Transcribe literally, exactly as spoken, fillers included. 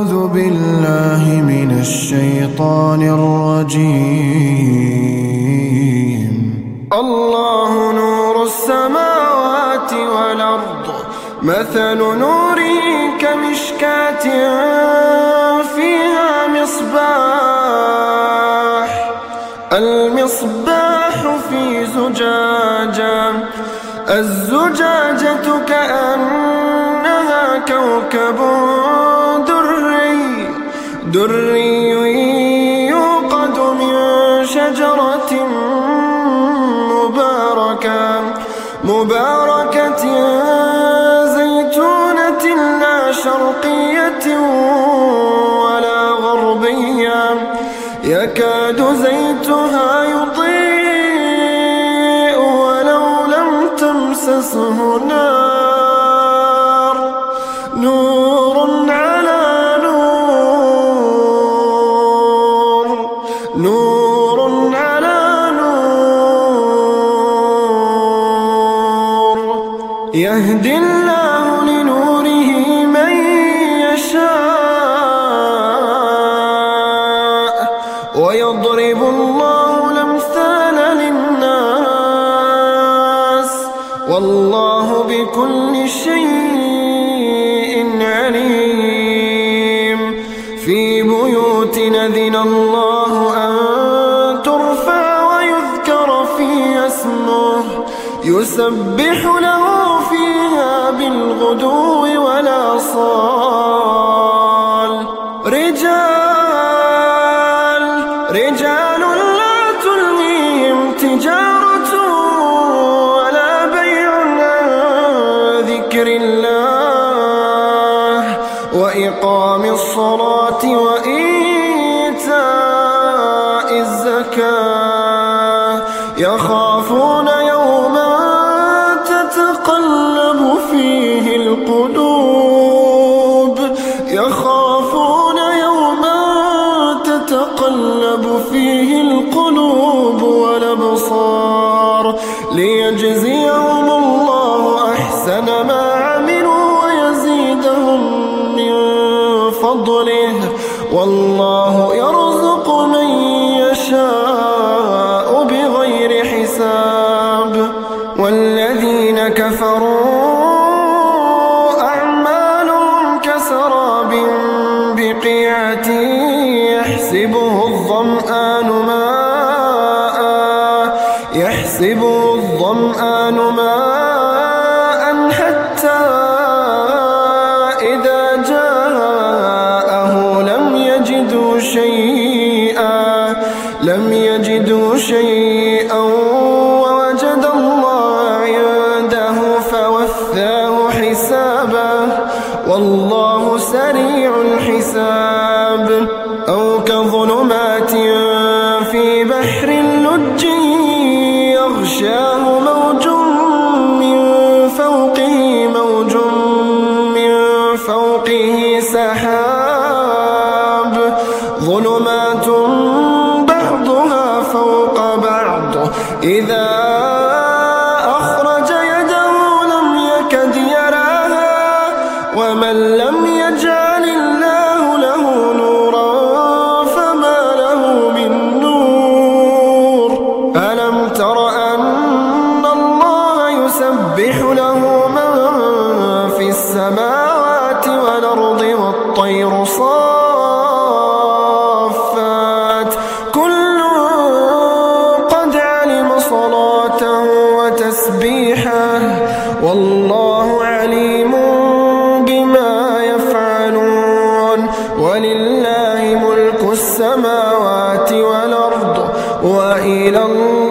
أعوذ بالله من الشيطان الرجيم. الله نور السماوات والأرض، مثل نوره كمشكاة فيها مصباح، المصباح في زجاجة، الزجاجة كأنها كوكب دري دري يوقد من شجرة مباركة مباركة زيتونة لا شرقية ولا غربية، يكاد زيتها يضيء ولو لم تمسسه نار، نور على نور، نور على نور، يهدي الله لنوره من يشاء ويضرب الله الأمثال للناس، والله بكل شيء عليم. في بيوت أذن الله أن ترفع ويذكر فيها اسمه، يسبح له فيها بالغدو والآصال، رجال رجال لا تلهيهم تجارة ولا بيع عن ذكر الله وإقام الصلاة وإيتاء الزكاة، يخافون يوما تتقلب فيه القلوب، يخافون يوما تتقلب فيه القلوب والأبصار، ليجزيهم الله أحسن ما عملوا ويزيدهم من فضله، والله يرزق من يشاء بغير حساب. والذين كفروا أعمالهم كسراب بقيعة يحسبه الظمآن ماء يحسبه الظمآن ماء حتى إذا جاءه لم يجدوا شيئا لم يجدوا شيئا ووجد الله عنده فوفاه حسابه، والله سريع الحساب. أو كظلمات في بحر لج يغشاه موج من فوقه موج من فوقه سحاب، ظلمات بعضها فوق بعض، إذا أخرج يده لم يكد يراها، ومن لم يجعل الله له نورا فما له من نور. ألم تر أن الله يسبح له من في السماوات والأرض والطير صافات، كل قد علم صلاته وتسبيحه، والله عليم بما يفعلون. ولله ملك السماوات والأرض وإلى الله